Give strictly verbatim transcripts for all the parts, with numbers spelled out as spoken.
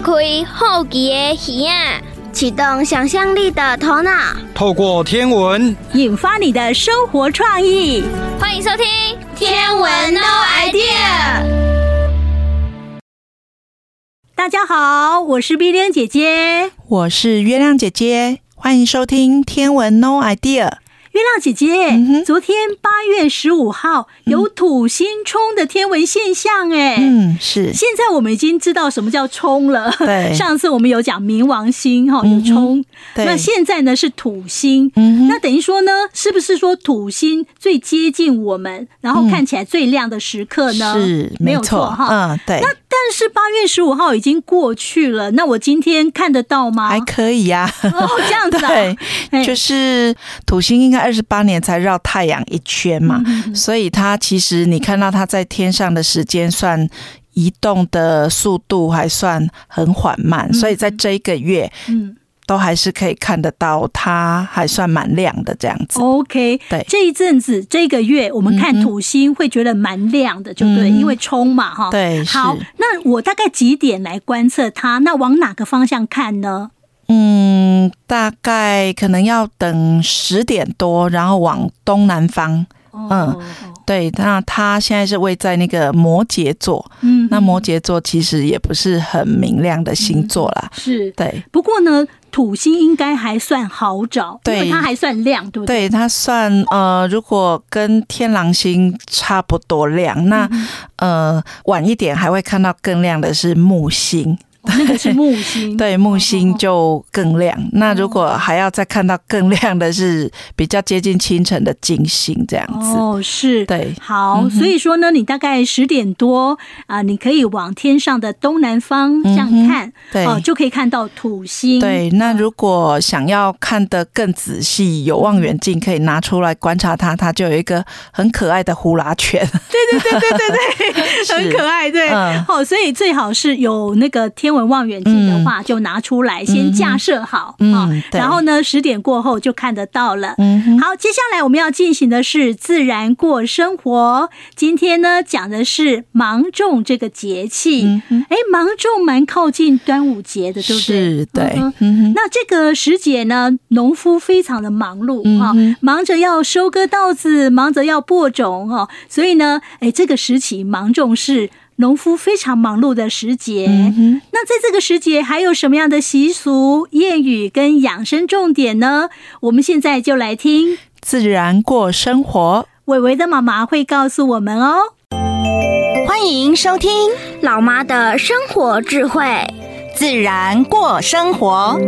开好奇的耳啊， 启动想象力的头脑， 透过天文引发你的生活创意。 欢迎收听天文 No Idea。 大家好，我是碧莲姐姐， 我是月亮姐姐，欢迎收听天文 No Idea。 月亮姐姐，嗯、昨天八月十五号有土星冲的天文现象，哎， 嗯，是。 现在我们已经知道什么叫冲了。 对， 上次我们有讲冥王星哈，有冲、嗯，那现在呢是土星，嗯，那等于说呢，是不是说土星最接近我们，然后看起来最亮的时刻呢？ 嗯、是， 没有错哈。 嗯，对。 那但是八月十五号已经过去了，那我今天看得到吗？ 还可以呀、啊。 哦，这样子啊。 对，就是土星应该二十八年才绕太阳一圈嘛、嗯，所以它其实你看到它在天上的时间算移动的速度还算很缓慢、嗯，所以在这一个月，嗯。都还是可以看得到，它还算蛮亮的这样子。 OK， 对， 这一阵子这个月我们看土星会觉得蛮亮的，就对，嗯、因为冲嘛，哈。 对， 好，那我大概几点来观测它？那往哪个方向看呢？ 嗯，大概可能要等十点多，然后往东南方。哦、嗯。对，那它现在是位在那个摩羯座，嗯，那摩羯座其实也不是很明亮的星座啦， 嗯、是， 对。 不过呢，土星应该还算好找， 对， 因为它还算亮，对不对？ 对，它算呃，如果跟天狼星差不多亮，那、嗯、呃晚一点还会看到更亮的是木星。 那个是木星， 对，木星就更亮、哦。那如果还要再看到更亮的是比较接近清晨的金星这样子。 哦，是， 对， 好，嗯、所以说呢，你大概十点多啊、呃，你可以往天上的东南方这样看，嗯、对，哦、呃，就可以看到土星。 对，那如果想要看得更仔细，有望远镜可以拿出来观察它，它就有一个很可爱的呼啦圈。 对对对对对对，很可爱，对。嗯、哦，所以最好是有那个天文望远镜的话，嗯、就拿出来先架设好，嗯哦、然后呢，十点过后就看得到了。嗯、好，接下来我们要进行的是自然过生活。今天呢，讲的是芒种这个节气。哎、嗯，芒种蛮靠近端午节的，对不对？ 是，对。 嗯嗯、那这个时节呢，农夫非常的忙碌哈、嗯哦，忙着要收割稻子，忙着要播种哦，所以呢，哎，这个时期芒种是农夫非常忙碌的时节、嗯、那在这个时节还有什么样的习俗、谚语跟养生重点呢？我们现在就来听自然过生活， 伟伟的妈妈会告诉我们哦。 欢迎收听老妈的生活智慧， 自然过生活。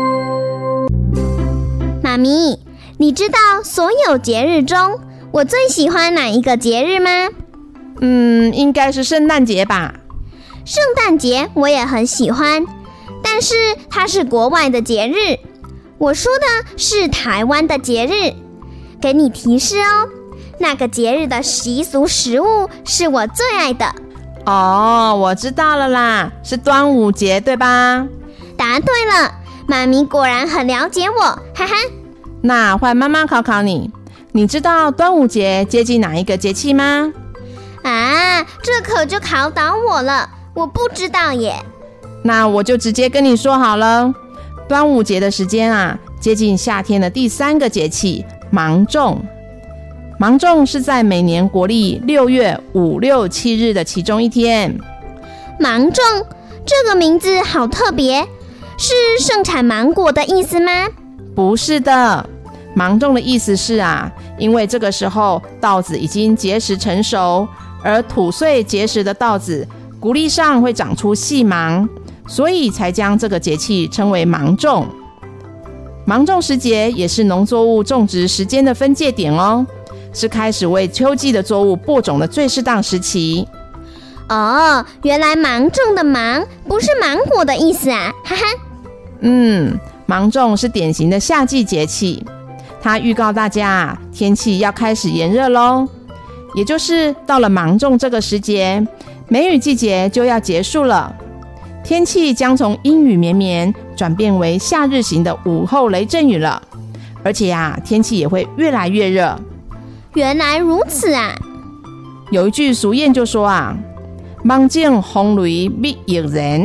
妈咪，你知道所有节日中我最喜欢哪一个节日吗？ 嗯，应该是圣诞节吧。 圣诞节我也很喜欢，但是它是国外的节日，我说的是台湾的节日。给你提示哦，那个节日的习俗食物是我最爱的。 哦，我知道了啦，是端午节对吧？ 答对了，妈咪果然很了解我，哈哈。 那换妈妈考考你，你知道端午节接近哪一个节气吗？ 啊，这可就考倒我了，我不知道耶。 那我就直接跟你说好了，端午节的时间啊，接近夏天的第三个节气芒种。芒种是在每年国历六月五六七日的其中一天。 芒种这个名字好特别，是盛产芒果的意思吗？ 不是的，芒种的意思是啊，因为这个时候稻子已经结实成熟，而土穗结实的稻子谷粒上会长出细芒，所以才将这个节气称为芒种。芒种时节也是农作物种植时间的分界点哦，是开始为秋季的作物播种的最适当时期。 哦，原来芒种的芒不是芒果的意思啊，哈哈。 嗯，芒种是典型的夏季节气，它预告大家天气要开始炎热咯，也就是到了芒种这个时节，梅雨季节就要结束了，天气将从阴雨绵绵转变为夏日型的午后雷阵雨了，而且啊，天气也会越来越热。 原来如此啊！ 有一句俗谚就说啊，芒种风雷必引人，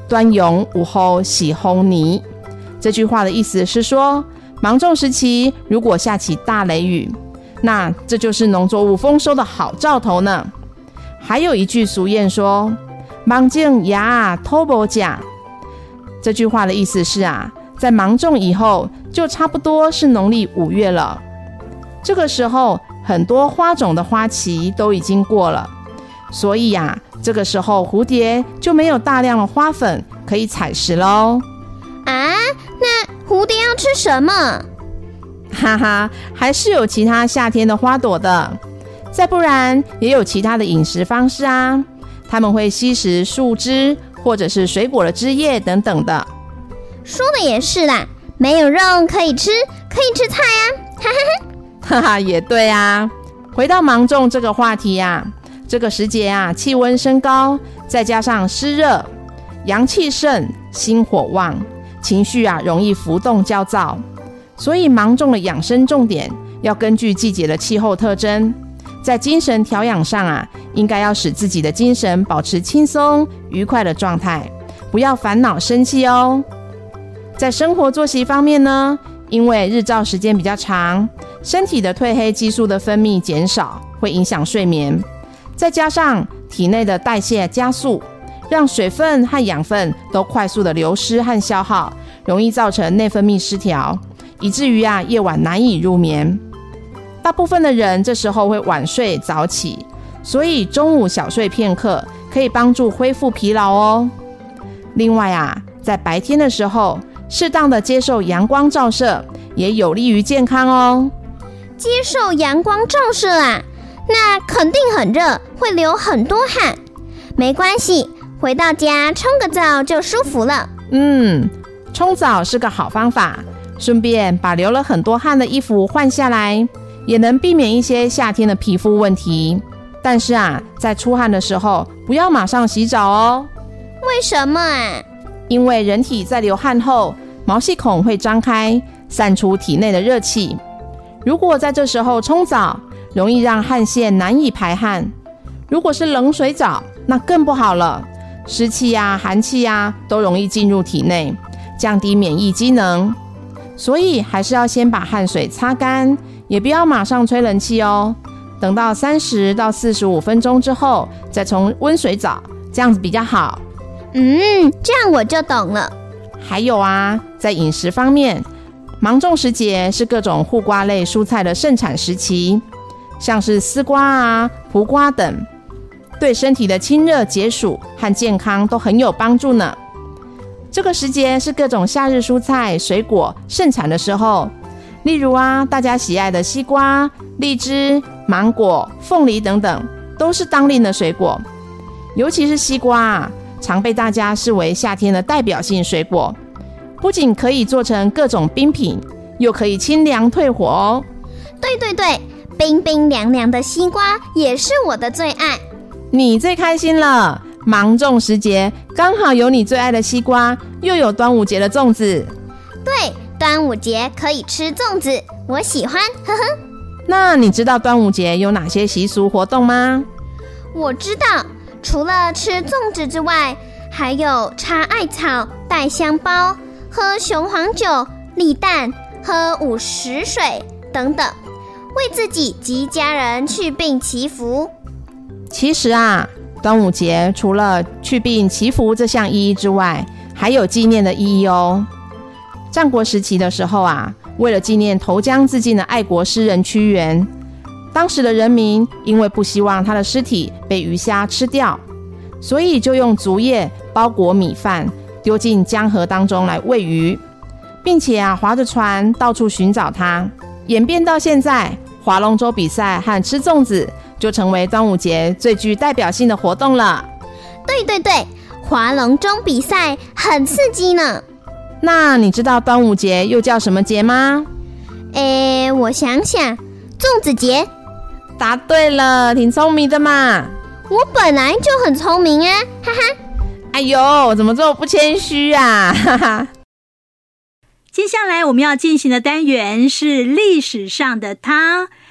端永午后喜烘泥。这句话的意思是说，芒种时期如果下起大雷雨，那这就是农作物丰收的好兆头呢。还有一句俗谚说，芒种呀偷不假。这句话的意思是啊，在芒种以后就差不多是农历五月了。这个时候很多花种的花期都已经过了，所以啊，这个时候蝴蝶就没有大量的花粉可以采食咯。 啊，那蝴蝶要吃什么？ 哈哈，还是有其他夏天的花朵的。再不然也有其他的饮食方式啊，它们会吸食树枝或者是水果的枝叶等等的。 说的也是啦，没有肉可以吃，可以吃菜啊，哈哈哈哈，也对啊。回到芒种这个话题啊，这个时节啊，气温升高，再加上湿热，阳气盛，心火旺，情绪啊容易浮动焦躁。所以芒种的养生重点要根据季节的气候特征，在精神调养上啊，应该要使自己的精神保持轻松愉快的状态，不要烦恼生气哦。在生活作息方面呢，因为日照时间比较长，身体的褪黑激素的分泌减少，会影响睡眠。再加上体内的代谢加速，让水分和养分都快速的流失和消耗，容易造成内分泌失调，以至于啊夜晚难以入眠。大部分的人这时候会晚睡早起，所以中午小睡片刻可以帮助恢复疲劳哦。另外啊，在白天的时候，适当的接受阳光照射，也有利于健康哦。 接受阳光照射啊，那肯定很热，会流很多汗。没关系，回到家冲个澡就舒服了。 嗯，冲澡是个好方法，顺便把流了很多汗的衣服换下来，也能避免一些夏天的皮肤问题。但是啊，在出汗的时候不要马上洗澡哦。 为什么啊？ 因为人体在流汗后，毛细孔会张开，散出体内的热气。如果在这时候冲澡，容易让汗腺难以排汗。如果是冷水澡，那更不好了，湿气啊、寒气啊都容易进入体内，降低免疫机能。所以还是要先把汗水擦干，也不要马上吹冷气哦。等到三十到四十五分钟之后，再冲温水澡，这样子比较好。 嗯，这样我就懂了。 还有啊，在饮食方面，芒种时节是各种护瓜类蔬菜的盛产时期，像是丝瓜啊、蒲瓜等，对身体的清热解暑和健康都很有帮助呢。这个时节是各种夏日蔬菜、水果盛产的时候，例如啊，大家喜爱的西瓜、荔枝、芒果、凤梨等等，都是当令的水果。尤其是西瓜啊，常被大家视为夏天的代表性水果，不仅可以做成各种冰品，又可以清凉退火哦。 对对对，冰冰凉凉的西瓜也是我的最爱。 你最开心了，芒种时节刚好有你最爱的西瓜，又有端午节的粽子。 对，端午节可以吃粽子，我喜欢，呵呵。 那你知道端午节有哪些习俗活动吗？ 我知道，除了吃粽子之外，还有插艾草、带香包、喝雄黄酒、立蛋、喝午时水等等，为自己及家人祛病祈福。 其实啊，端午节除了祛病祈福这项意义之外，还有纪念的意义哦。战国时期的时候啊，为了纪念投江自尽的爱国诗人屈原，当时的人民因为不希望他的尸体被鱼虾吃掉，所以就用竹叶包裹米饭，丢进江河当中来喂鱼，并且啊划着船到处寻找他。演变到现在，划龙舟比赛和吃粽子就成为端午节最具代表性的活动了。 对对对，划龙舟比赛很刺激呢。 那你知道端午节又叫什么节吗？ 诶，我想想，粽子节。 答对了，挺聪明的嘛。 我本来就很聪明啊，哈哈。 哎呦，怎么这么不谦虚啊，哈哈。 接下来我们要进行的单元是历史上的他，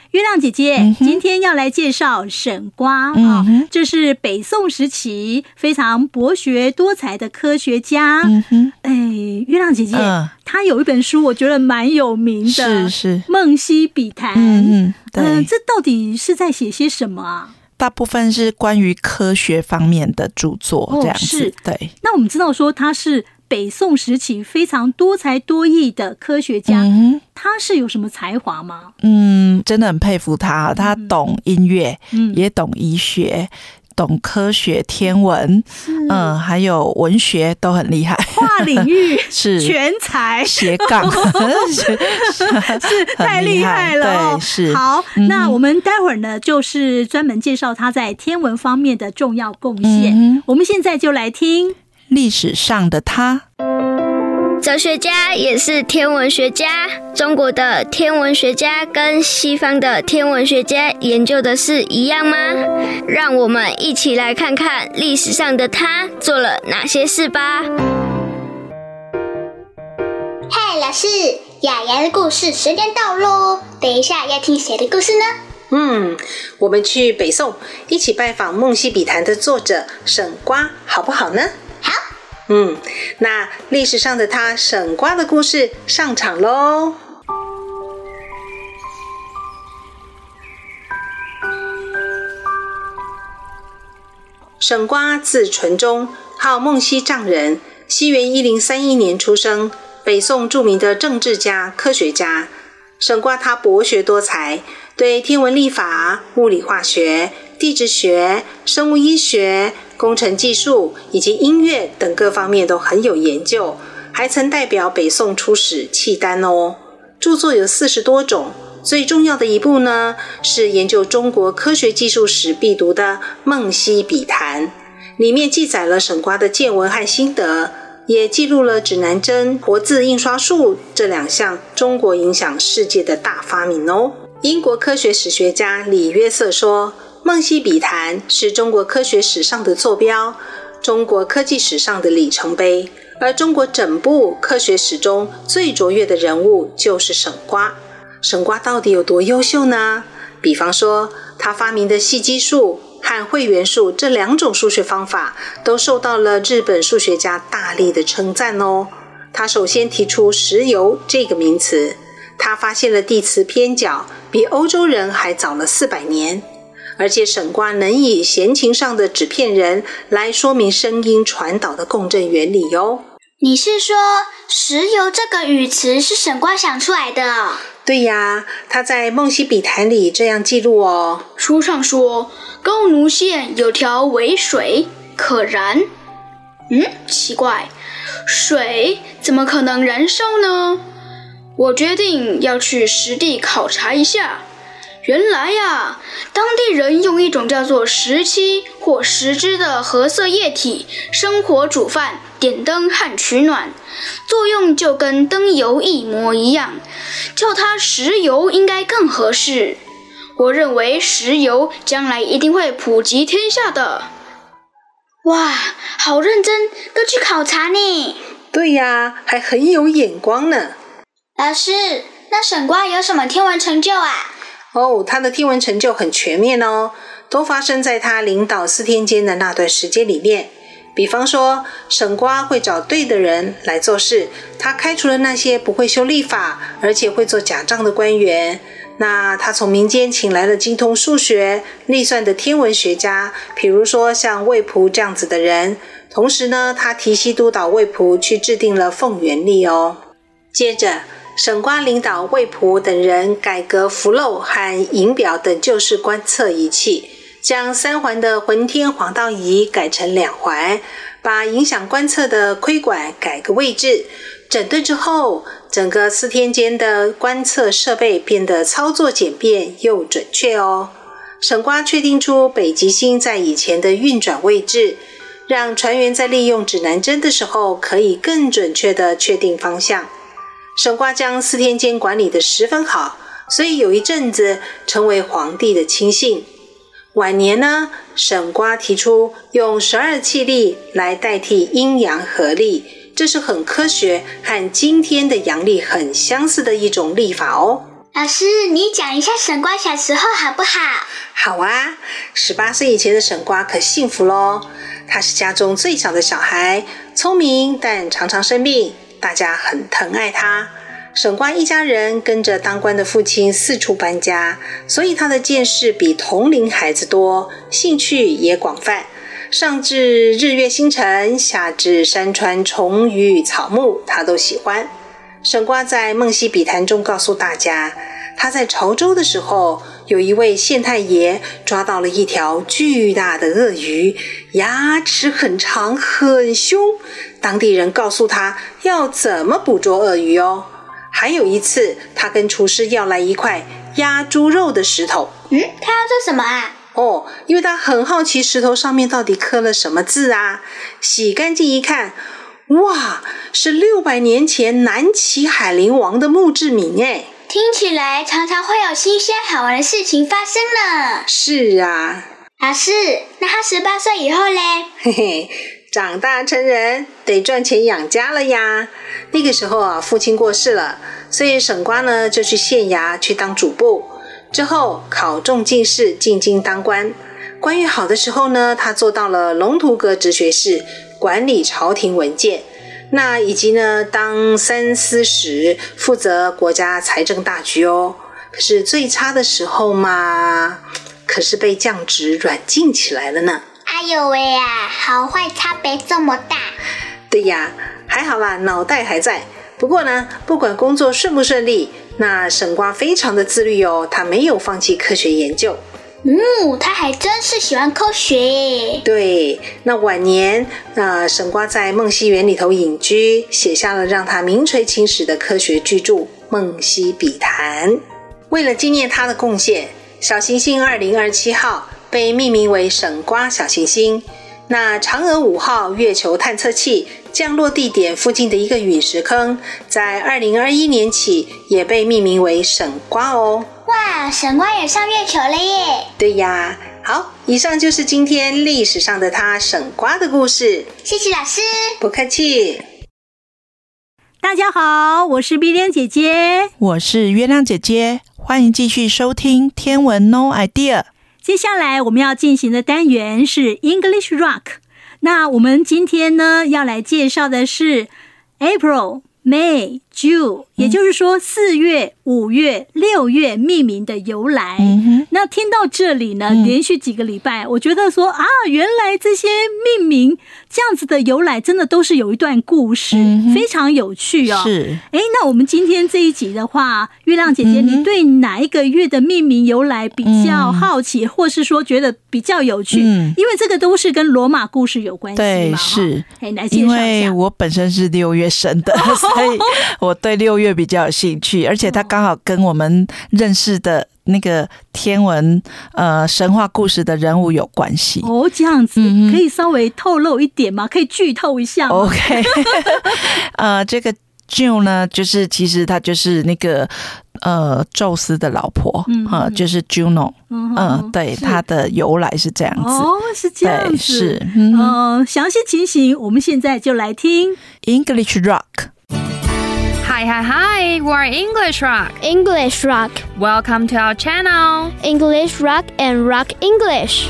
月亮姐姐、嗯、今天要来介绍沈瓜、嗯哦、这是北宋时期非常博学多才的科学家。嗯哼，哎，月亮姐姐，嗯、他有一本书我觉得蛮有名的， 是是《 梦溪笔谈》。 嗯，对、呃， 这到底是在写些什么啊？ 大部分是关于科学方面的著作，这样子。哦、是，对。 那我们知道说他是北宋时期非常多才多艺的科学家，嗯、他是有什么才华吗？ 嗯，真的很佩服他，他懂音乐，嗯、也懂医学。懂科学、天文，嗯，还有文学都很厉害， 跨领域是全才斜杠， 是, 是太厉害了。 对，是好、嗯。那我们待会儿呢，就是专门介绍他在天文方面的重要贡献。嗯、我们现在就来听历史上的他。 哲学家也是天文学家。中国的天文学家跟西方的天文学家研究的是一样吗？让我们一起来看看历史上的他做了哪些事吧。 嗨，老师，雅雅的故事时间到咯，等一下要听谁的故事呢？ 嗯，我们去北宋一起拜访《梦溪笔谈》的作者沈瓜，好不好呢？ 好。 嗯，那历史上的他沈瓜的故事上场咯。沈瓜字纯忠，号梦溪丈人，西元一零三一年出生，北宋著名的政治家、科学家。沈瓜他博学多才，对天文历法、物理化学、地质学、生物医学、工程技术以及音乐等各方面都很有研究，还曾代表北宋出使契丹哦。著作有四十多种，最重要的一部呢，是研究中国科学技术史必读的《梦溪笔谈》，里面记载了沈瓜的见闻和心得，也记录了指南针、活字印刷术这两项中国影响世界的大发明哦。英国科学史学家李约瑟说，梦溪笔谈是中国科学史上的坐标，中国科技史上的里程碑，而中国整部科学史中最卓越的人物就是沈瓜。沈瓜到底有多优秀呢？比方说，他发明的细基数和会元数这两种数学方法都受到了日本数学家大力的称赞哦。他首先提出石油这个名词，他发现了地磁偏角，比欧洲人还早了四百年。而且沈瓜能以弦琴上的纸片人来说明声音传导的共振原理哟。 你是说石油这个语词是沈瓜想出来的哦？ 对呀，他在《梦溪笔谈》里这样记录哦。 书上说，高奴县有条尾水可燃。嗯，奇怪，水怎么可能燃烧呢？我决定要去实地考察一下。原来呀，当地人用一种叫做石漆或石脂的褐色液体生火煮饭、点灯和取暖，作用就跟灯油一模一样，叫它石油应该更合适。我认为石油将来一定会普及天下的。 哇，好认真，都去考察呢。 对呀，还很有眼光呢。 老师，那沈瓜有什么天文成就啊？ 哦，他的天文成就很全面哦，都发生在他领导四天间的那段时间里面。比方说，沈瓜会找对的人来做事，他开除了那些不会修历法而且会做假账的官员。那他从民间请来了精通数学、历算的天文学家，比如说像魏璞这样子的人。同时呢，他提携督导魏璞去制定了凤元历哦。接着沈瓜领导魏璞等人改革符漏和银表等旧式观测仪器，将三环的浑天黄道仪改成两环，把影响观测的窥管改个位置。整顿之后，整个四天间的观测设备变得操作简便又准确哦。沈瓜确定出北极星在以前的运转位置，让船员在利用指南针的时候可以更准确地确定方向。沈瓜将四天间管理得十分好，所以有一阵子成为皇帝的亲信。晚年呢，沈瓜提出用十二气历来代替阴阳合历，这是很科学和今天的阳历很相似的一种历法哦。 老师，你讲一下沈瓜小时候好不好？ 好啊，十八岁以前的沈瓜可幸福咯。他是家中最小的小孩，聪明但常常生病，大家很疼爱他。沈瓜一家人跟着当官的父亲四处搬家，所以他的见识比同龄孩子多，兴趣也广泛。上至日月星辰，下至山川虫鱼草木，他都喜欢。沈瓜在《梦溪笔谈》中告诉大家，他在潮州的时候，有一位县太爷抓到了一条巨大的鳄鱼，牙齿很长很凶，当地人告诉他要怎么捕捉鳄鱼哦。还有一次，他跟厨师要来一块压猪肉的石头。 嗯，他要做什么啊？ 哦，因为他很好奇石头上面到底刻了什么字啊。洗干净一看，哇，是六百年前南齐海陵王的墓志铭诶。 听起来常常会有新鲜好玩的事情发生呢。 是啊。 老师，那他十八岁以后嘞？ 嘿嘿，长大成人得赚钱养家了呀。那个时候啊，父亲过世了，所以沈瓜呢就去县衙去当主簿，之后考中进士，进京当官。官运好的时候呢，他做到了龙图阁直学士，管理朝廷文件。那以及呢，当三司使，负责国家财政大局哦。可是最差的时候嘛，可是被降职软禁起来了呢。 哎呦喂呀，好坏差别这么大。 对呀，还好啦，脑袋还在。不过呢，不管工作顺不顺利，那沈瓜非常的自律哦，他没有放弃科学研究。 嗯，他还真是喜欢科学耶。 对，那晚年呃，沈瓜在梦溪园里头隐居，写下了让他名垂青史的科学巨著《梦溪笔谈》。为了纪念他的贡献，小行星二零二七号被命名为沈瓜小行星。那嫦娥五号月球探测器降落地点附近的一个陨石坑，在二零二一年起也被命名为沈瓜哦。 哇，沈瓜也上月球了耶！ 对呀，好，以上就是今天历史上的他沈瓜的故事。 谢谢老师。 不客气。 大家好，我是碧莲姐姐， 我是月亮姐姐，欢迎继续收听天文 No Idea。 接下来我们要进行的单元是 English Rock。那我们今天呢要来介绍的是 April、May、June， 也就是说四月、五月、六月命名的由来。嗯、那听到这里呢，嗯、连续几个礼拜，我觉得说啊，原来这些命名这样子的由来，真的都是有一段故事，嗯、非常有趣哦。 是， 哎，那我们今天这一集的话，月亮姐姐，嗯、你对哪一个月的命名由来比较好奇，嗯、或是说觉得比较有趣？嗯、因为这个都是跟罗马故事有关系嘛。 对，是。 哎，来介绍一下。 因为我本身是六月生的，所以我对六月比较有兴趣，而且它刚好跟我们认识的那个天文呃神话故事的人物有关系。 哦，这样子，嗯、可以稍微透露一点吗？可以剧透一下吗 ？OK， 呃，这个 June 呢，就是其实她就是那个呃宙斯的老婆，嗯、呃，就是 Juno， 嗯、呃，对，她的由来是这样子。 哦，是这样子， 是， 嗯、呃，详细情形我们现在就来听 English Rock。Hi, hi, hi! We're English Rock. English Rock. Welcome to our channel. English Rock and Rock English.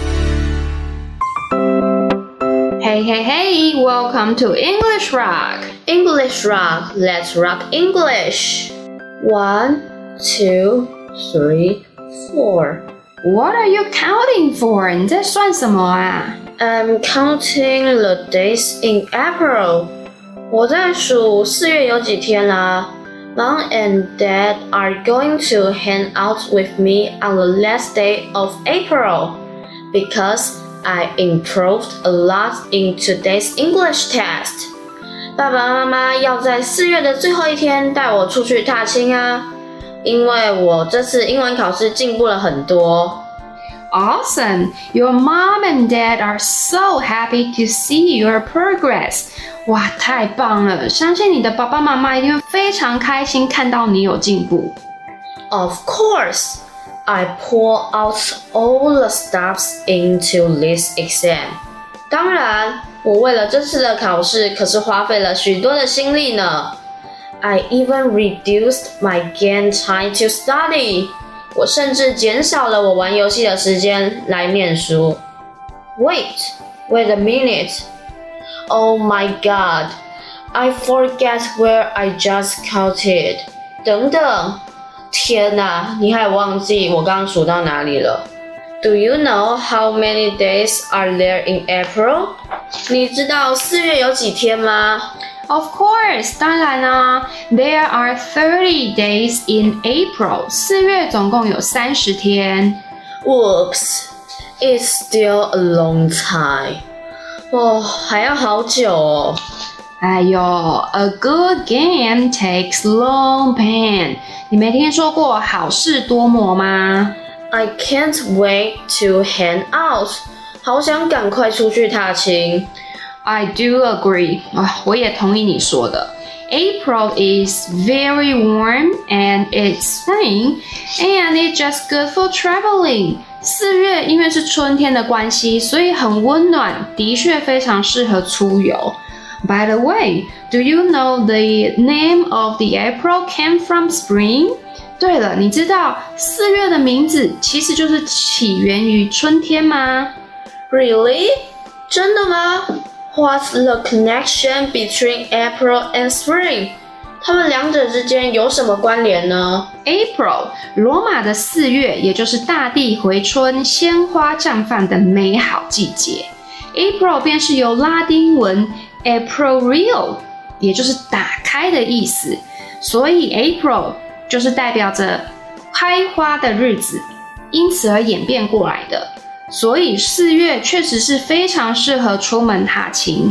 Hey, hey, hey! Welcome to English Rock. English Rock. Let's rock English. One, two, three, four. What are you counting for? 你在算什么啊？ I'm counting the days in April. 我在数四月有几天啦。Mom and Dad are going to hang out with me on the last day of April because I improved a lot in today's English test. 爸爸妈妈要在四月的最后一天带我出去踏青啊，因为我这次英文考试进步了很多。 Awesome! Your mom and dad are so happy to see your progress. 哇，太棒了！相信你的爸爸妈妈一定会非常开心看到你有进步。 Of course, I pour out all the stops into this exam. 当然，我为了这次的考试可是花费了许多的心力呢。 I even reduced my game time to study. 我甚至减少了我玩游戏的时间来念书。Wait, wait a minute. Oh my god, I forget where I just counted. 等等，天哪，你还忘记我刚刚数到哪里了？ Do you know how many days are there in April? 你知道四月有几天吗？ Of course, 当然啦 There are thirty days in April. 四月总共有三十天。 Whoops, it's still a long time. 哦，还要好久哦。 哎呦 ，A good game takes long pain. 你没听说过好事多磨吗？ I can't wait to hang out. 好想赶快出去踏青。 I do agree. 啊，我也同意你说的。April is very warm and it's spring, and it's just good for traveling. 四月因为是春天的关系，所以很温暖，的确非常适合出游。By the way, do you know the name of the April came from spring? 对了，你知道四月的名字其实就是起源于春天吗？ Really? 真的吗？What's the connection between April and spring? 它们两者之间有什么关联呢？ April， 罗马的四月，也就是大地回春、鲜花绽放的美好季节。April 便是由拉丁文 April， 也就是打开的意思，所以 April 就是代表着开花的日子，因此而演变过来的。所以四月确实是非常适合出门踏青。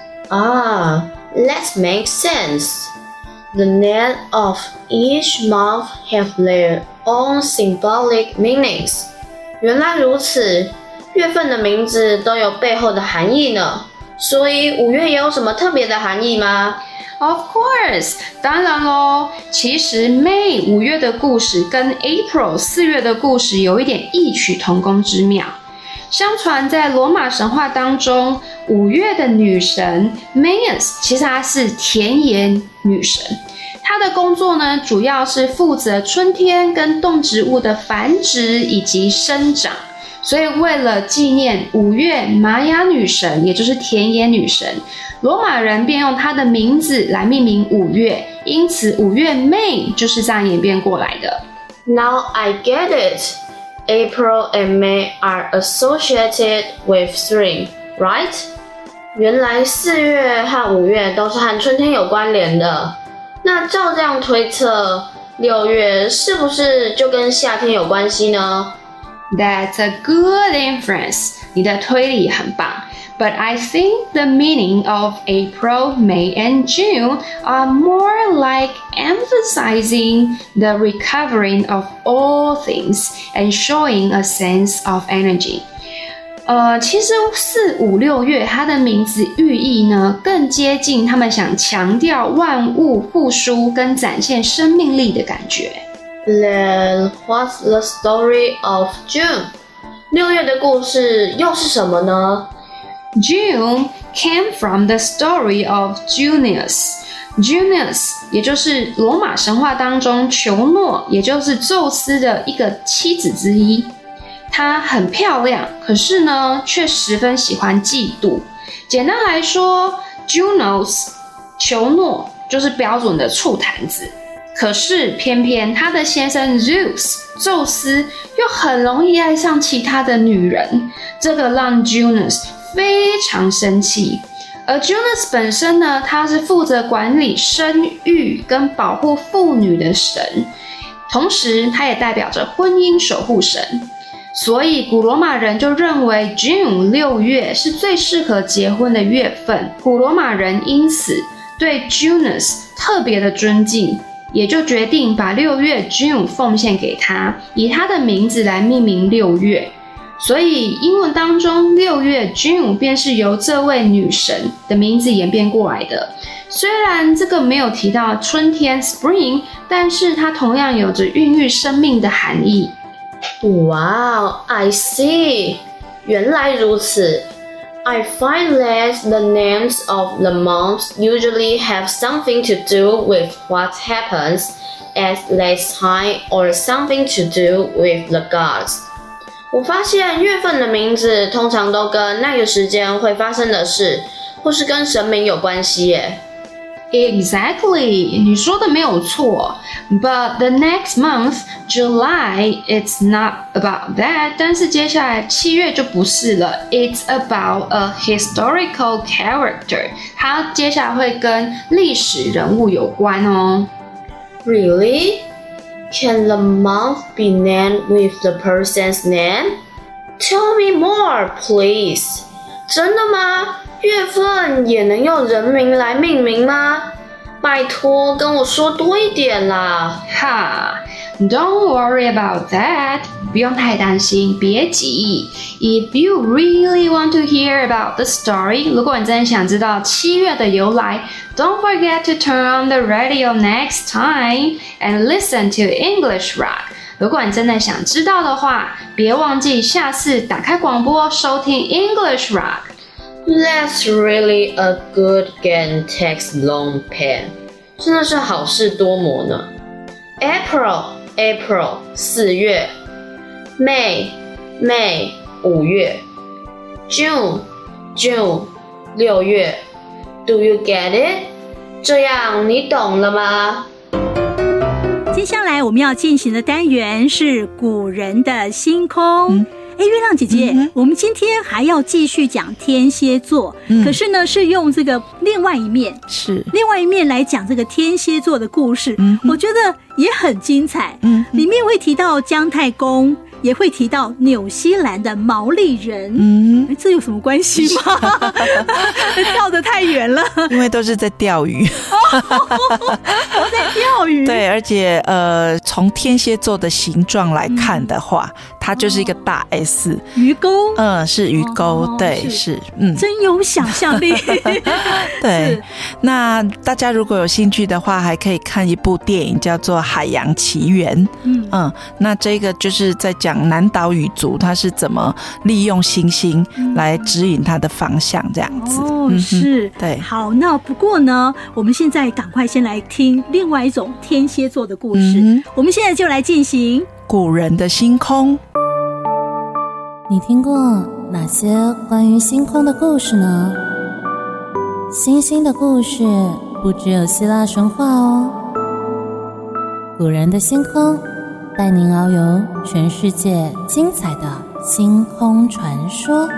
Ah, that makes sense. The name of each month have their own symbolic meanings. 原来如此，月份的名字都有背后的含义呢。所以五月也有什么特别的含义吗？ Of course， 当然咯。其实 May 五月的故事跟 April 四月的故事有一点异曲同工之妙。相传在罗马神话当中，五月的女神 Maius 其实她是田野女神，她的工作呢主要是负责春天跟动植物的繁殖以及生长，所以为了纪念五月玛雅女神，也就是田野女神，罗马人便用她的名字来命名五月，因此五月 May 就是这样演变过来的。 Now I get it.April and May are associated with spring, right? 原来四月和五月都是和春天有关联的。那照这样推测，六月是不是就跟夏天有关系呢？ That's a good inference. 你的推理很棒。But I think the meaning of April, May, and June are more like emphasizing the recovering of all things and showing a sense of energy. 呃，其实四五六月它的名字寓意呢，更接近他们想强调万物复苏跟展现生命力的感觉。 Then what's the story of June? 六月的故事又是什么呢 ？June came from the story of Junius. Junius 也就是罗马神话当中裘诺，也就是宙斯的一个妻子之一。她很漂亮，可是呢，却十分喜欢嫉妒。简单来说 ，Junos 裘诺就是标准的醋坛子。可是偏偏他的先生 Zeus 宙斯又很容易爱上其他的女人，这个让 Junos非常生气。而 Junos 本身呢，他是负责管理生育跟保护妇女的神，同时他也代表着婚姻守护神。所以古罗马人就认为 June 六月是最适合结婚的月份。古罗马人因此对 Junos 特别的尊敬，也就决定把六月 June 奉献给他，以他的名字来命名六月。所以英文当中六月 June 便是由这位女神的名字演变过来的。虽然这个没有提到春天 Spring， 但是它同样有着孕育生命的含义。 Wow, I see. 原来如此。 I find that the names of the months usually have something to do with what happens at that time or something to do with the gods. 我发现月份的名字通常都跟那个时间会发生的事，或是跟神明有关系耶。 Exactly, 你说的没有错。But the next month, July, it's not about that. 但是接下来七月就不是了。It's about a historical character. 它接下来会跟历史人物有关哦。 Really? Can the month be named with the person's name? Tell me more, please. 真的吗？月份也能用人名来命名吗？拜托，跟我说多一点啦！ 哈 ，Don't worry about that， 不用太担心，别急。If you really want to hear about the story， 如果你真的想知道七月的由来 ，Don't forget to turn on the radio next time and listen to English Rock。如果你真的想知道的话，别忘记下次打开广播收听 English Rock。That's really a good game text long pen. 真的是好事多磨呢。April, April, 四月。May, May, 五月。June, June, 六月。Do you get it? 这样你懂了吗？ 接下来我们要进行的单元是古人的星空。嗯哎，月亮姐姐、嗯，我们今天还要继续讲天蝎座、嗯，可是呢，是用这个另外一面， 是另外一面来讲这个天蝎座的故事，嗯、我觉得也很精彩。嗯，里面会提到姜太公，也会提到纽西兰的毛利人。嗯，这有什么关系吗？跳得太远了， 因为都是在钓鱼。 都在钓鱼。 对，而且呃，从天蝎座的形状来看的话，嗯、它就是一个大 S 鱼钩。 嗯，是鱼钩，哦、对，是, 是，嗯， 真有想象力。 对，那大家如果有兴趣的话，还可以看一部电影叫做《海洋奇缘》。嗯嗯，那这个就是在讲南岛语族他是怎么利用星星来指引他的方向，这样子。 哦，嗯、是， 对。 好，那不过呢，我们现在赶快先来听另外一种天蝎座的故事。嗯、我们现在就来进行古人的星空。 你听过哪些关于星空的故事呢？星星的故事不只有希腊神话哦。古人的星空带您遨游全世界精彩的星空传说。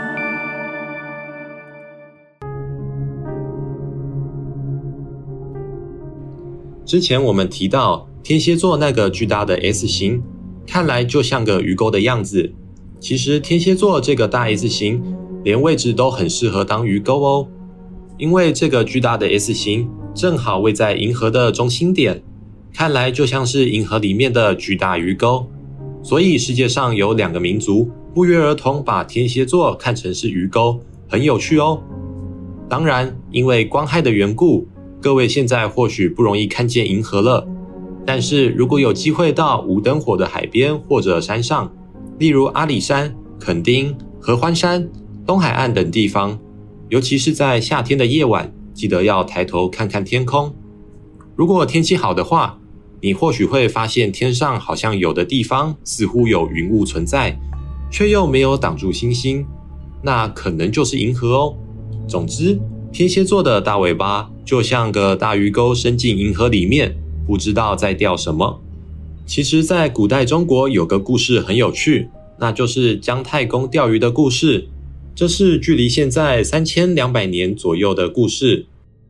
之前我们提到天蝎座那个巨大的 S 型，看来就像个鱼钩的样子。其实天蝎座这个大 S 型连位置都很适合当鱼钩哦，因为这个巨大的 S 型正好位在银河的中心点，看来就像是银河里面的巨大鱼钩。所以世界上有两个民族不约而同把天蝎座看成是鱼钩，很有趣哦。当然，因为光害的缘故，各位现在或许不容易看见银河了，但是如果有机会到无灯火的海边或者山上，例如阿里山、垦丁、合欢山、东海岸等地方，尤其是在夏天的夜晚，记得要抬头看看天空。如果天气好的话，你或许会发现天上好像有的地方似乎有云雾存在，却又没有挡住星星，那可能就是银河哦。总之，天蝎座的大尾巴就像个大鱼钩伸进银河里面，不知道在钓什么。其实在古代中国有个故事很有趣，那就是姜太公钓鱼的故事。这是距离现在三千两百年左右的故事。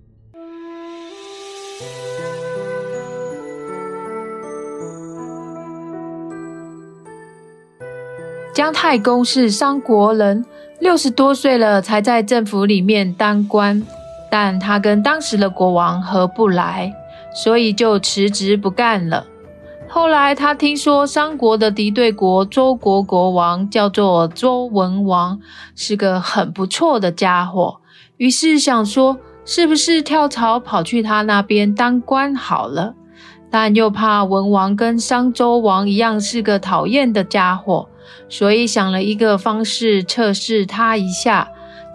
姜太公是商国人，六十多岁了才在政府里面当官，但他跟当时的国王合不来，所以就辞职不干了。后来他听说商国的敌对国周国国王叫做周文王，是个很不错的家伙，于是想说是不是跳槽跑去他那边当官好了，但又怕文王跟商周王一样是个讨厌的家伙，所以想了一个方式测试他一下。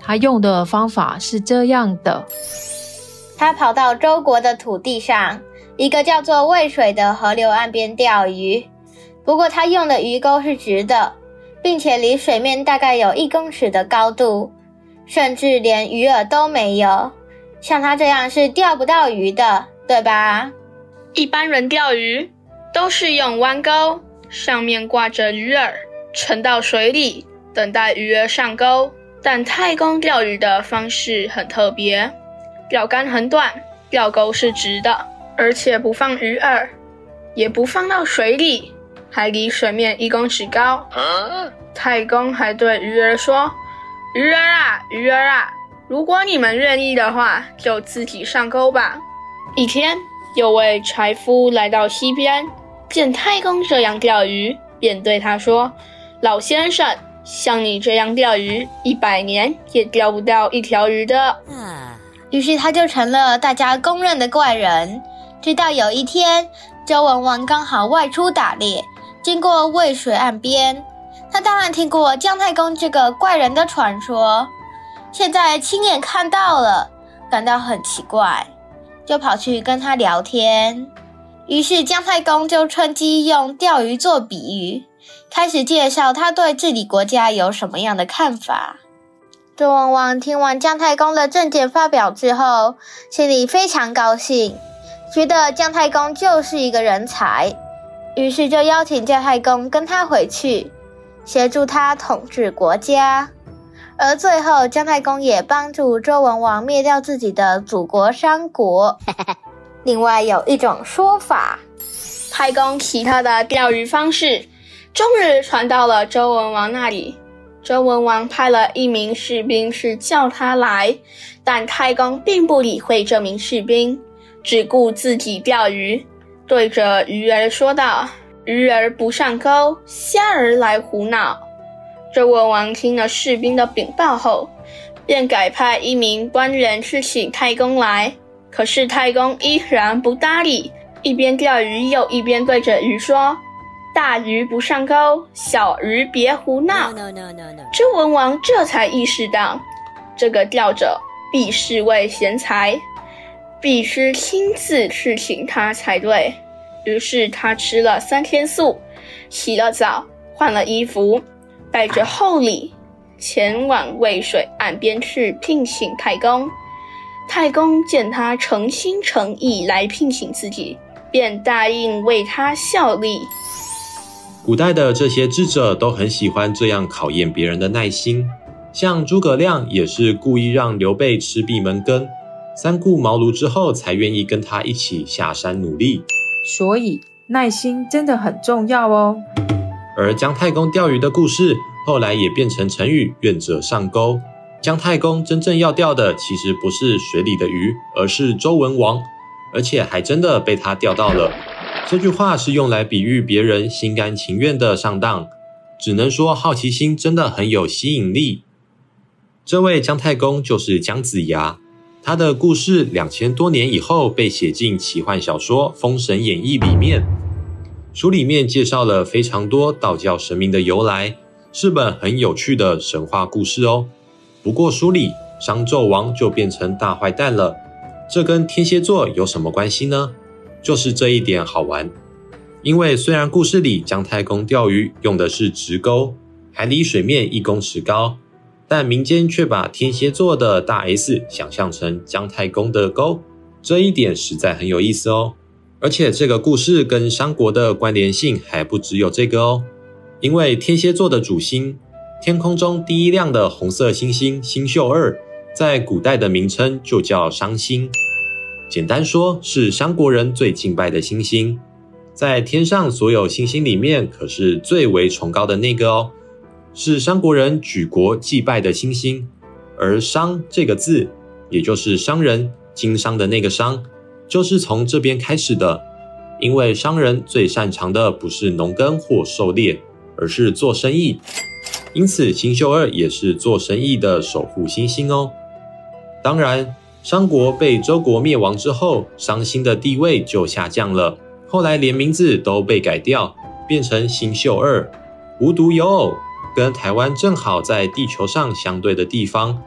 他用的方法是这样的： 他跑到周国的土地上，一个叫做渭水的河流岸边钓鱼。不过他用的鱼钩是直的，并且离水面大概有一公尺的高度，甚至连鱼饵都没有。像他这样是钓不到鱼的，对吧？ 一般人钓鱼都是用弯钩，上面挂着鱼饵，沉到水里，等待鱼儿上钩。但太公钓鱼的方式很特别，钓竿很短，钓钩是直的，而且不放鱼饵，也不放到水里，还离水面一公尺高。太公还对鱼儿说：“鱼儿啊，鱼儿啊，如果你们愿意的话，就自己上钩吧。”一天，有位柴夫来到溪边，见太公这样钓鱼，便对他说：“老先生，像你这样钓鱼，一百年也钓不到一条鱼的。” 于是他就成了大家公认的怪人。直到有一天，周文王刚好外出打猎，经过渭水岸边，他当然听过姜太公这个怪人的传说，现在亲眼看到了，感到很奇怪，就跑去跟他聊天。于是姜太公就趁机用钓鱼做比喻，开始介绍他对治理国家有什么样的看法。周文王听完姜太公的政见发表之后，心里非常高兴，觉得姜太公就是一个人才，于是就邀请姜太公跟他回去，协助他统治国家。而最后姜太公也帮助周文王灭掉自己的祖国商国。另外有一种说法， 太公奇特的钓鱼方式终于传到了周文王那里。周文王派了一名士兵是叫他来，但太公并不理会这名士兵，只顾自己钓鱼，对着鱼儿说道：“鱼儿不上钩，虾儿来胡闹。”周文王听了士兵的禀报后，便改派一名官员去请太公来。可是太公依然不搭理，一边钓鱼又一边对着鱼说：“大鱼不上钩，小鱼别胡闹。” no, no, no, no. 周文王这才意识到，这个钓者必是位贤才，必须亲自去请他才对。于是他吃了三天素，洗了澡，换了衣服，带着厚礼前往渭水岸边去聘请太公。太公见他诚心诚意来聘请自己，便答应为他效力。 古代的这些智者都很喜欢这样考验别人的耐心，像诸葛亮也是故意让刘备吃闭门羹，三顾茅庐之后才愿意跟他一起下山努力。 所以耐心真的很重要哦。 而姜太公钓鱼的故事后来也变成成语愿者上钩。姜太公真正要钓的其实不是水里的鱼，而是周文王，而且还真的被他钓到了。这句话是用来比喻别人心甘情愿的上当，只能说好奇心真的很有吸引力。这位姜太公就是姜子牙，他的故事两千多年以后被写进奇幻小说《封神演义》里面。书里面介绍了非常多道教神明的由来，是本很有趣的神话故事哦。不过书里商纣王就变成大坏蛋了，这跟天蝎座有什么关系呢？就是这一点好玩。因为虽然故事里姜太公钓鱼用的是直钩，还离水面一公尺高，但民间却把天蝎座的大 S 想象成姜太公的钩，这一点实在很有意思哦。而且这个故事跟商国的关联性还不只有这个哦，因为天蝎座的主星，天空中第一亮的红色星星星宿二，在古代的名称就叫商星，简单说是商国人最敬拜的星星，在天上所有星星里面可是最为崇高的那个哦，是商国人举国祭拜的星星。而商这个字，也就是商人经商的那个商，就是从这边开始的。因为商人最擅长的不是农耕或狩猎，而是做生意，因此星宿二也是做生意的守护星星哦。当然商国被周国灭亡之后，商星的地位就下降了，后来连名字都被改掉，变成星宿二。无独有偶，跟台湾正好在地球上相对的地方，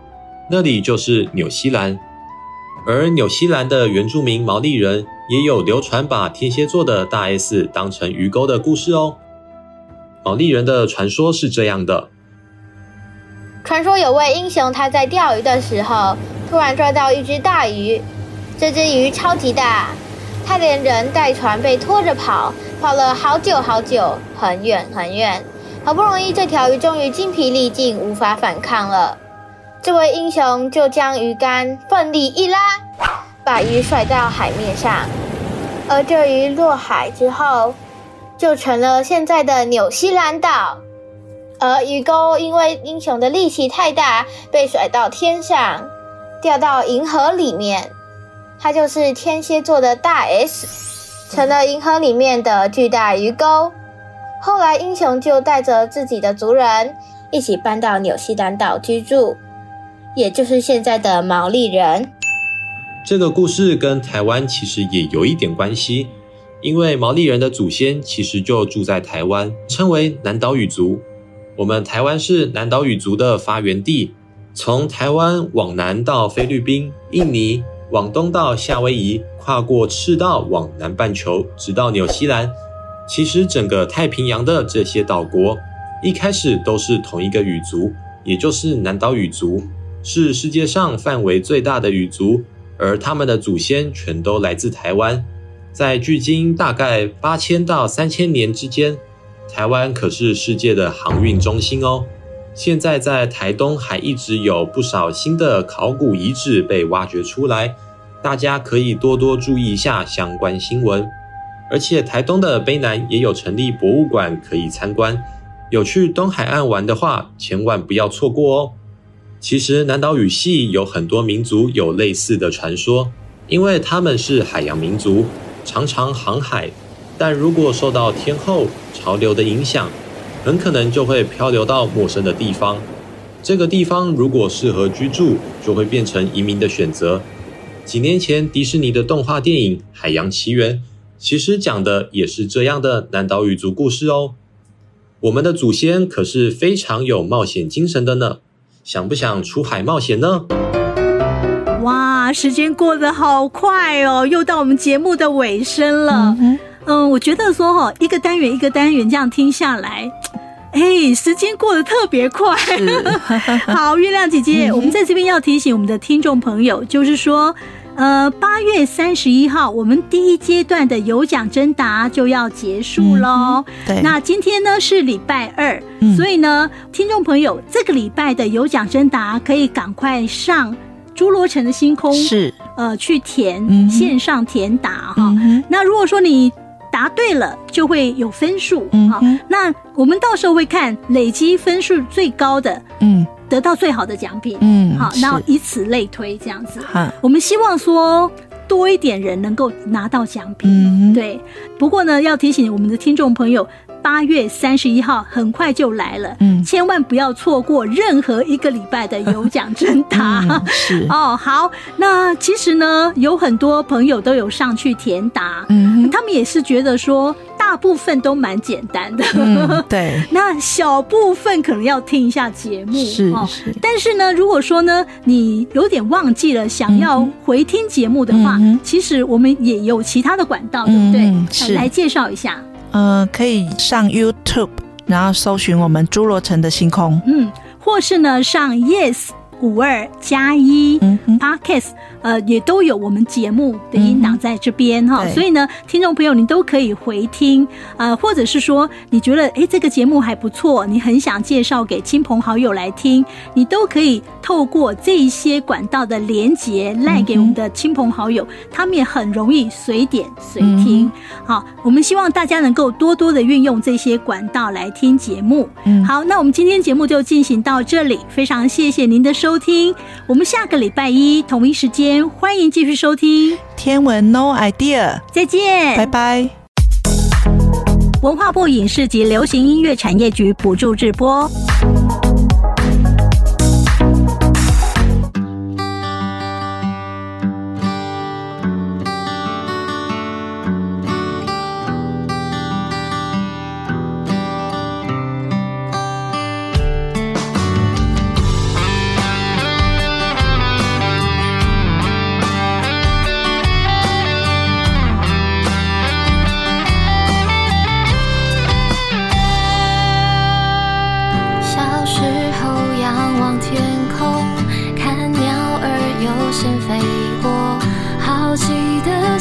那里就是纽西兰。而纽西兰的原住民毛利人也有流传把天蝎座的大 S 当成鱼钩的故事哦。毛利人的传说是这样的： 传说有位英雄，他在钓鱼的时候突然抓到一只大鱼，这只鱼超级大，他连人带船被拖着跑，跑了好久好久，很远很远，好不容易这条鱼终于精疲力尽，无法反抗了。这位英雄就将鱼竿奋力一拉，把鱼甩到海面上，而这鱼落海之后就成了现在的纽西兰岛。而鱼钩因为英雄的力气太大，被甩到天上，掉到银河里面，它就是天蝎座的大 S， 成了银河里面的巨大鱼钩。后来英雄就带着自己的族人一起搬到纽西兰岛居住，也就是现在的毛利人。 这个故事跟台湾其实也有一点关系，因为毛利人的祖先其实就住在台湾，称为南岛语族。我们台湾是南岛语族的发源地，从台湾往南到菲律宾、印尼，往东到夏威夷，跨过赤道往南半球，直到纽西兰。其实整个太平洋的这些岛国，一开始都是同一个语族，也就是南岛语族，是世界上范围最大的语族，而他们的祖先全都来自台湾。在距今大概八千到三千年之间，台湾可是世界的航运中心哦。现在在台东还一直有不少新的考古遗址被挖掘出来，大家可以多多注意一下相关新闻。而且台东的卑南也有成立博物馆可以参观，有去东海岸玩的话，千万不要错过哦。其实南岛语系有很多民族有类似的传说，因为他们是海洋民族，常常航海，但如果受到天候、潮流的影响，很可能就会漂流到陌生的地方。这个地方如果适合居住，就会变成移民的选择。几年前迪士尼的动画电影《海洋奇缘》其实讲的也是这样的南岛语族故事哦。我们的祖先可是非常有冒险精神的呢，想不想出海冒险呢？ 哇，时间过得好快哦，又到我们节目的尾声了。嗯, 嗯我觉得说哈、哦，一个单元一个单元这样听下来，哎，时间过得特别快。好，月亮姐姐，我们在这边要提醒我们的听众朋友，就是说呃，八月三十一号，我们第一阶段的有奖征答就要结束咯、嗯、对，那今天呢是礼拜二、嗯、所以呢听众朋友这个礼拜的有奖征答可以赶快上侏罗城的星空是呃去填、嗯、线上填答哈、嗯。那如果说你答对了就会有分数、嗯、好，那我们到时候会看累积分数最高的嗯得到最好的奖品，嗯，好，然后以此类推，这样子。我们希望说多一点人能够拿到奖品，嗯，对。不过呢，要提醒我们的听众朋友，八月三十一号很快就来了，嗯，千万不要错过任何一个礼拜的有奖征答。嗯、是哦，好，那其实呢，有很多朋友都有上去填答，嗯，他们也是觉得说。大部分都蛮简单的、嗯、对，那小部分可能要听一下节目是是，但是呢如果说呢你有点忘记了想要回听节目的话、嗯、其实我们也有其他的管道、嗯、对不对？是来介绍一下。 呃，可以上 YouTube 然后搜寻我们侏罗城的星空， 嗯，或是呢上 Yes五二加一 Podcast 呃也都有我们节目的音档在这边哈、嗯，所以呢听众朋友你都可以回听，呃或者是说你觉得诶这个节目还不错，你很想介绍给亲朋好友来听，你都可以透过这一些管道的连结赖给我们的亲朋好友、嗯、他们也很容易随点随听、嗯、好，我们希望大家能够多多的运用这些管道来听节目、嗯、好，那我们今天节目就进行到这里，非常谢谢您的收收听，我们下个礼拜一同一时间欢迎继续收听天文 No Idea， 再见， 拜拜。 文化部影视及流行音乐产业局补助直播。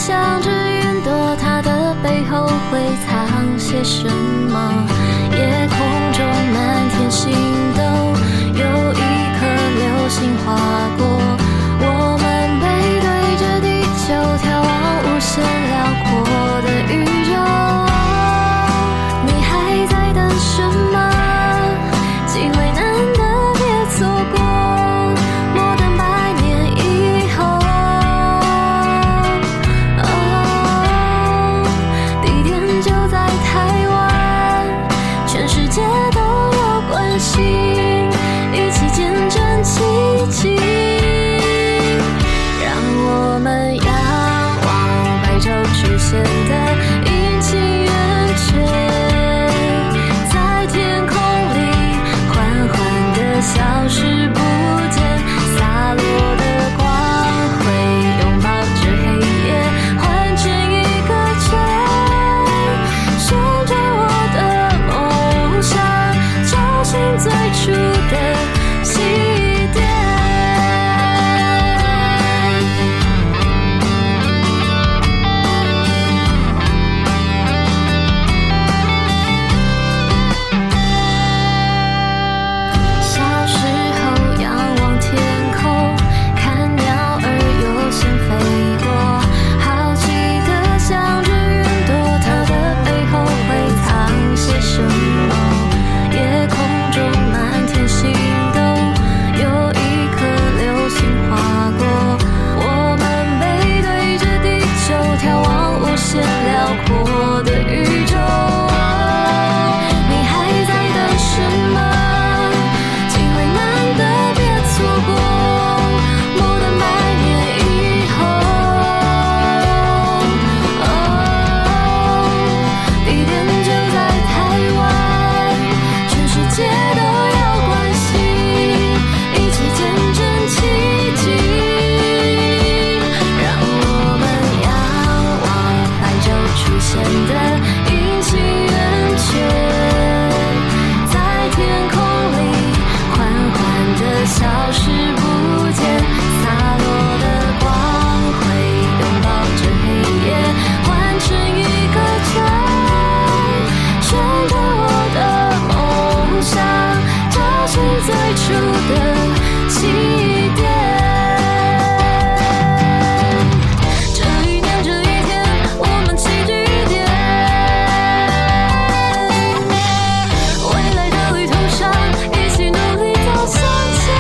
想着云朵，它的背后会藏些什么？夜空中满天星斗，有一颗流星划过，我们背对着地球，眺望无限辽阔的宇宙。你还在等什么？机会难得，别错过。莫等百年以后。哦，地点就在台湾，全世界都有关心，一起见证奇迹。让我们仰望白昼出现的阴晴圆缺，在天空里缓缓地消失不见，洒落的光会拥抱着黑夜，换成一个圈，旋转我的梦想，找寻最初的起点。小时候仰望天空，看鸟儿悠闲飞过，好奇地想着云朵，它的背后会藏些什么？夜空中满天星斗，有一颗流星划过，我们背对着地球，眺望无限辽阔的宇宙。你还在等什么？机会难得，别错过。莫等百年以后。哦，地点就在台湾，全世界都有关系，一起见证奇迹。让我们仰望白昼出现的阴晴圆缺，在天空里缓缓地消失不见，洒落的光会拥抱着黑夜，换成一个圈，旋转我的梦想，找寻最初的起点。这一年这一天，我们齐聚一点，未来的旅途上，一起努力走向前。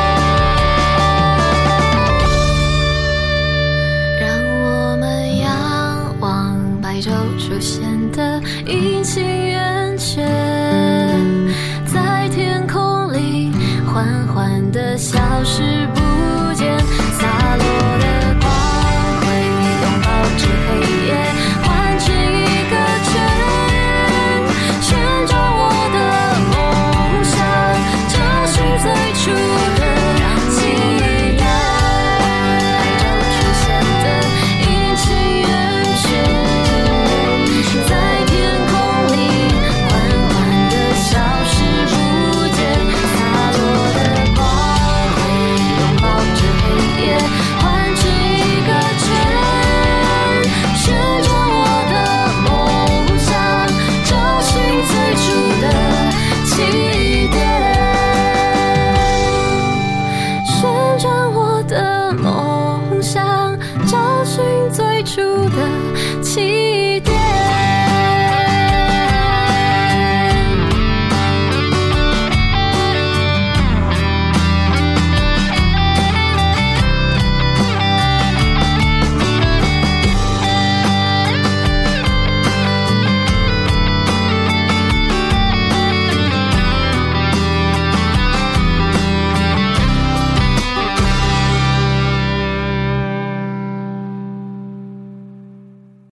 让我们仰望白昼出现的阴晴圆缺，在天空里缓缓地消失不见，洒落的光会拥抱着黑夜，换成一个圈，旋转我的梦想，找寻最初的起点。白昼出现的阴晴圆缺，在天空里缓缓地消失不见，洒落的光会拥抱着黑夜，换成一个圈，旋转我的梦想，找寻最初的起点。旋转我的梦想，找寻最初的